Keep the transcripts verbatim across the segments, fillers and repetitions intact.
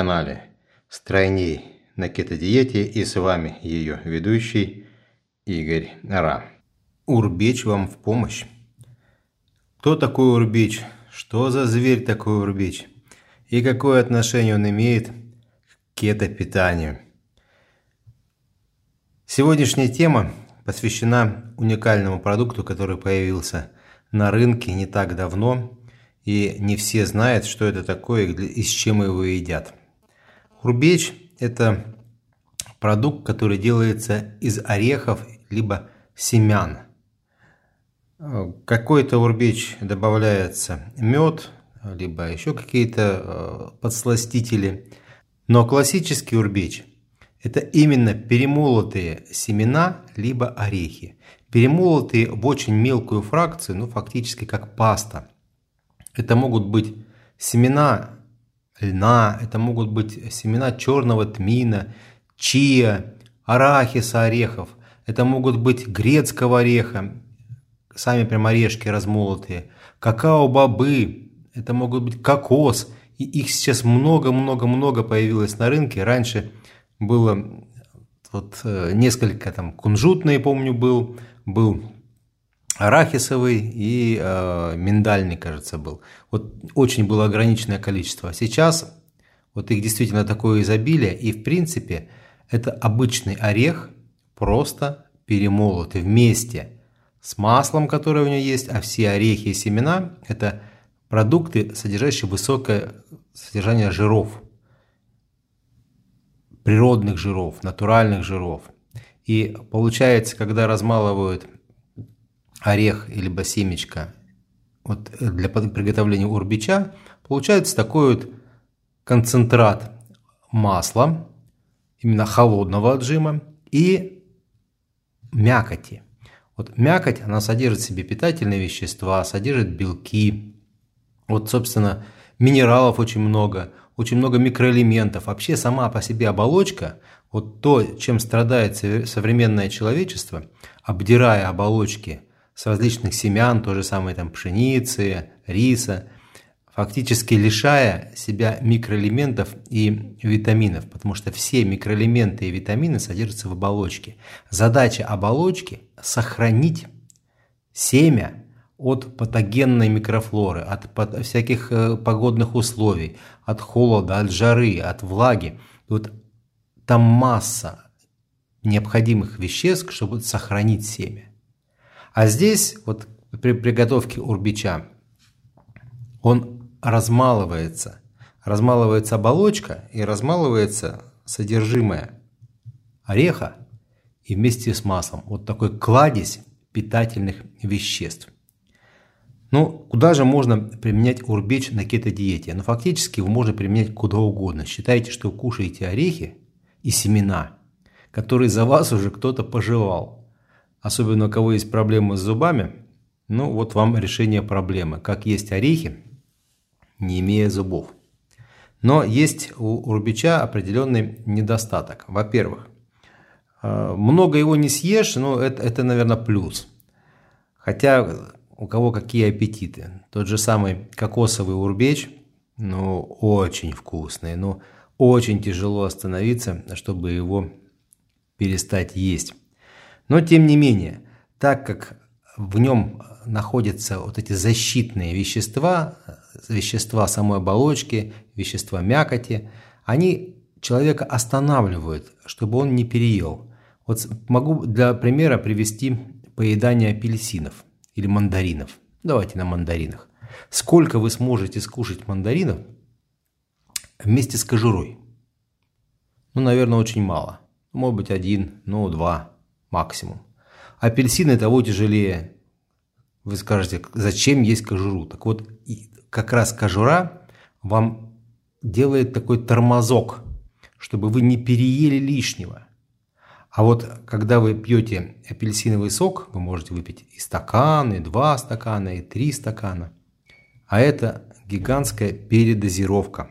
канале «Стройней на кето-диете» и с вами ее ведущий Игорь Ра. Урбеч вам в помощь. Кто такой урбеч? Что за зверь такой урбеч? И какое отношение он имеет к кето-питанию? Сегодняшняя тема посвящена уникальному продукту, который появился на рынке не так давно, и не все знают, что это такое и с чем его едят. Урбеч – это продукт, который делается из орехов либо семян. Какой-то урбеч добавляется мед, либо еще какие-то подсластители. Но классический урбеч – это именно перемолотые семена либо орехи. Перемолотые в очень мелкую фракцию, ну фактически как паста. Это могут быть семена льна, это могут быть семена черного тмина, чиа, арахиса орехов. Это могут быть грецкого ореха, сами прям орешки размолотые, какао-бобы, это могут быть кокос. И их сейчас много-много-много появилось на рынке. Раньше было вот несколько, там кунжутный, помню, был, был арахисовый и э, миндальный, кажется, был. Вот очень было ограниченное количество. Сейчас вот их действительно такое изобилие. И в принципе это обычный орех, просто перемолотый вместе с маслом, которое у него есть. А все орехи и семена – это продукты, содержащие высокое содержание жиров. Природных жиров, натуральных жиров. И получается, когда размалывают орех либо семечко вот для приготовления урбеча, получается такой вот концентрат масла, именно холодного отжима, и мякоти. Вот мякоть, она содержит в себе питательные вещества, содержит белки. Вот, собственно, минералов очень много, очень много микроэлементов. Вообще сама по себе оболочка, вот то, чем страдает современное человечество, обдирая оболочки с различных семян, то же самое там пшеницы, риса, фактически лишая себя микроэлементов и витаминов, потому что все микроэлементы и витамины содержатся в оболочке. Задача оболочки – сохранить семя от патогенной микрофлоры, от всяких погодных условий, от холода, от жары, от влаги. Вот там масса необходимых веществ, чтобы сохранить семя. А здесь, вот при приготовке урбеча, он размалывается. Размалывается оболочка и размалывается содержимое ореха и вместе с маслом. Вот такой кладезь питательных веществ. Ну, куда же можно применять урбеч на кето-диете? Ну, фактически его можно применять куда угодно. Считайте, что вы кушаете орехи и семена, которые за вас уже кто-то пожевал. Особенно у кого есть проблемы с зубами, ну вот вам решение проблемы. Как есть орехи, не имея зубов. Но есть у урбеча определенный недостаток. Во-первых, много его не съешь, но это, это, наверное, плюс. Хотя у кого какие аппетиты. Тот же самый кокосовый урбеч, ну очень вкусный, но очень тяжело остановиться, чтобы его перестать есть. Но тем не менее, так как в нем находятся вот эти защитные вещества, вещества самой оболочки, вещества мякоти, они человека останавливают, чтобы он не переел. Вот могу для примера привести поедание апельсинов или мандаринов. Давайте на мандаринах. Сколько вы сможете скушать мандаринов вместе с кожурой? Ну, наверное, очень мало. Может быть, один, ну, два. Максимум. Апельсины того тяжелее. Вы скажете, зачем есть кожуру? Так вот, как раз кожура вам делает такой тормозок, чтобы вы не переели лишнего. А вот когда вы пьете апельсиновый сок, вы можете выпить и стакан, и два стакана, и три стакана. А это гигантская передозировка.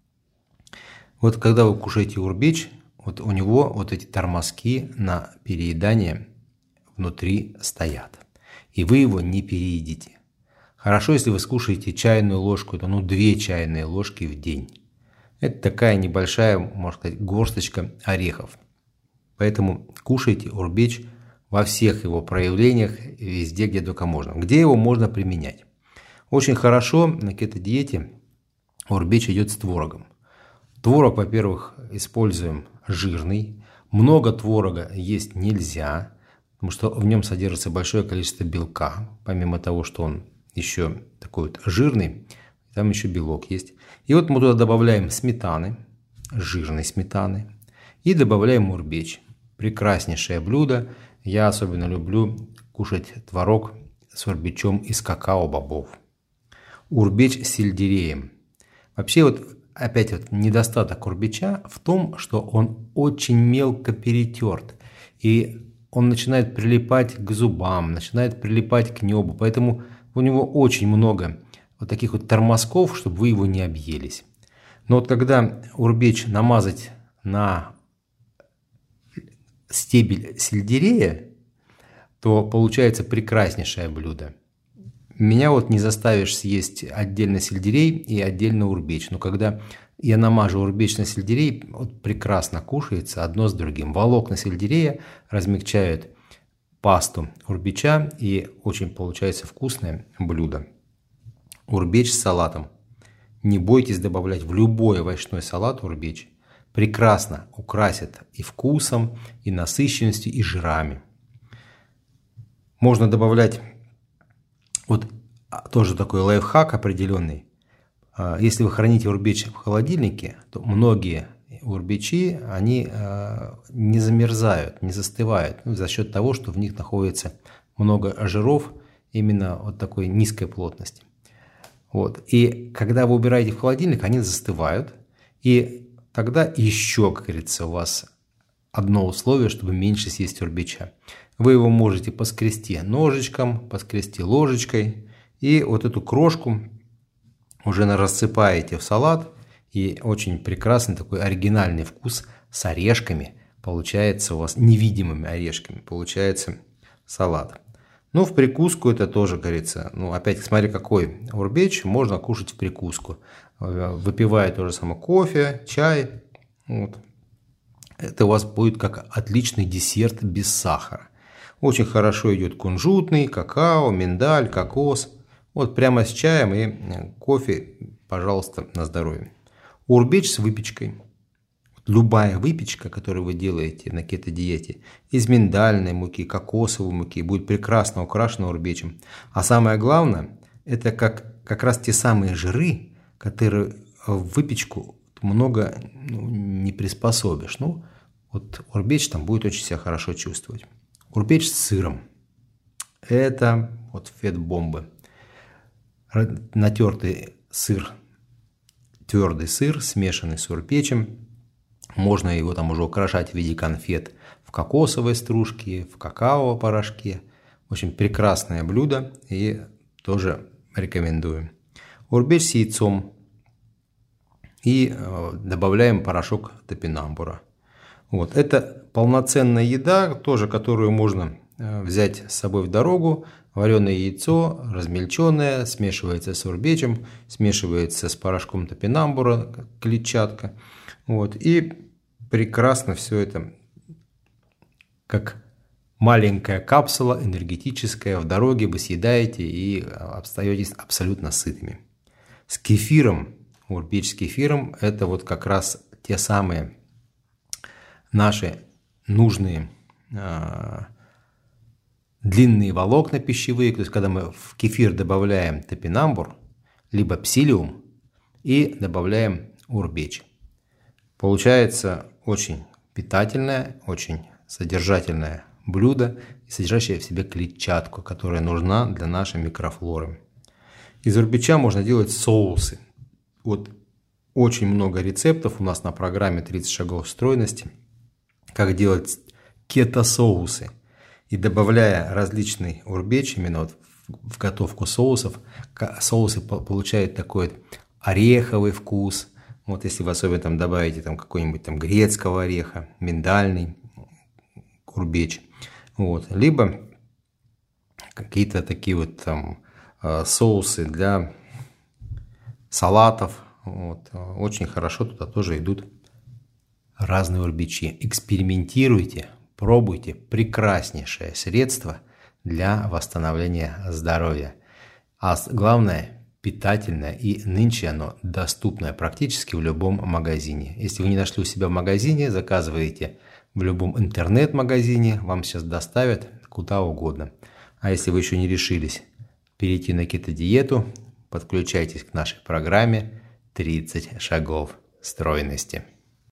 Вот когда вы кушаете урбеч, вот у него вот эти тормозки на переедание внутри стоят. И вы его не переедите. Хорошо, если вы скушаете чайную ложку, то ну две чайные ложки в день. Это такая небольшая, можно сказать, горсточка орехов. Поэтому кушайте урбеч во всех его проявлениях, везде, где только можно. Где его можно применять? Очень хорошо на кето-диете урбеч идет с творогом. Творог, во-первых, используем жирный. Много творога есть нельзя, потому что в нем содержится большое количество белка. Помимо того, что он еще такой вот жирный, там еще белок есть. И вот мы туда добавляем сметаны, жирной сметаны, и добавляем урбеч. Прекраснейшее блюдо. Я особенно люблю кушать творог с урбечом из какао-бобов. Урбеч с сельдереем. Вообще вот опять вот недостаток урбеча в том, что он очень мелко перетерт. И он начинает прилипать к зубам, начинает прилипать к небу. Поэтому у него очень много вот таких вот тормозков, чтобы вы его не объелись. Но вот когда урбеч намазать на стебель сельдерея, то получается прекраснейшее блюдо. Меня вот не заставишь съесть отдельно сельдерей и отдельно урбеч. Но когда я намажу урбеч на сельдерей, вот прекрасно кушается одно с другим. Волокна сельдерея размягчают пасту урбеча, и очень получается вкусное блюдо. Урбеч с салатом. Не бойтесь добавлять в любой овощной салат урбеч. Прекрасно украсит и вкусом, и насыщенностью, и жирами. Можно добавлять, вот тоже такой лайфхак определенный. Если вы храните урбеч в холодильнике, то многие урбечи, они не замерзают, не застывают, ну, за счет того, что в них находится много жиров именно вот такой низкой плотности. Вот. И когда вы убираете в холодильник, они застывают, и тогда еще, как говорится, у вас одно условие, чтобы меньше съесть урбеча. Вы его можете поскрести ножичком, поскрести ложечкой, и вот эту крошку уже рассыпаете в салат, и очень прекрасный такой оригинальный вкус с орешками получается у вас, невидимыми орешками получается салат. Ну, в прикуску это тоже, говорится, ну, опять смотри, какой урбеч можно кушать в прикуску. Выпивая то же самое кофе, чай. Вот. Это у вас будет как отличный десерт без сахара. Очень хорошо идет кунжутный, какао, миндаль, кокос. Вот прямо с чаем и кофе, пожалуйста, на здоровье. Урбеч с выпечкой. Любая выпечка, которую вы делаете на кето-диете, из миндальной муки, кокосовой муки, будет прекрасно украшена урбечем. А самое главное, это как, как раз те самые жиры, которые в выпечку много ну, не приспособишь. Ну, вот урбеч там будет очень себя хорошо чувствовать. Урбеч с сыром. Это вот фет-бомбы. Натертый сыр, твердый сыр, смешанный с урбечем. Можно его там уже украшать в виде конфет в кокосовой стружке, в какао-порошке. Очень прекрасное блюдо и тоже рекомендую. Урбеч с яйцом. И добавляем порошок топинамбура. Вот. Это полноценная еда, тоже, которую можно взять с собой в дорогу. Вареное яйцо, размельченное, смешивается с урбечем, смешивается с порошком топинамбура, клетчатка. Вот. И прекрасно все это, как маленькая капсула энергетическая, в дороге вы съедаете и остаетесь абсолютно сытыми. С кефиром, урбеч с кефиром, это вот как раз те самые наши нужные а, длинные волокна пищевые. То есть, когда мы в кефир добавляем топинамбур, либо псилиум и добавляем урбеч. Получается очень питательное, очень содержательное блюдо, содержащее в себе клетчатку, которая нужна для нашей микрофлоры. Из урбеча можно делать соусы. Вот очень много рецептов у нас на программе тридцать шагов стройности, как делать кето-соусы. И добавляя различный урбеч именно вот в готовку соусов, соусы получают такой ореховый вкус. Вот если вы особенно там добавите там какой-нибудь там грецкого ореха, миндальный урбеч, вот, либо какие-то такие вот там соусы для салатов, Вот. Очень хорошо туда тоже идут разные урбичи. Экспериментируйте, пробуйте. Прекраснейшее средство для восстановления здоровья. А главное, питательное, и нынче оно доступное практически в любом магазине. Если вы не нашли у себя в магазине, заказываете в любом интернет-магазине, вам сейчас доставят куда угодно. А если вы еще не решились перейти на кето-диету, подключайтесь к нашей программе тридцать шагов стройности.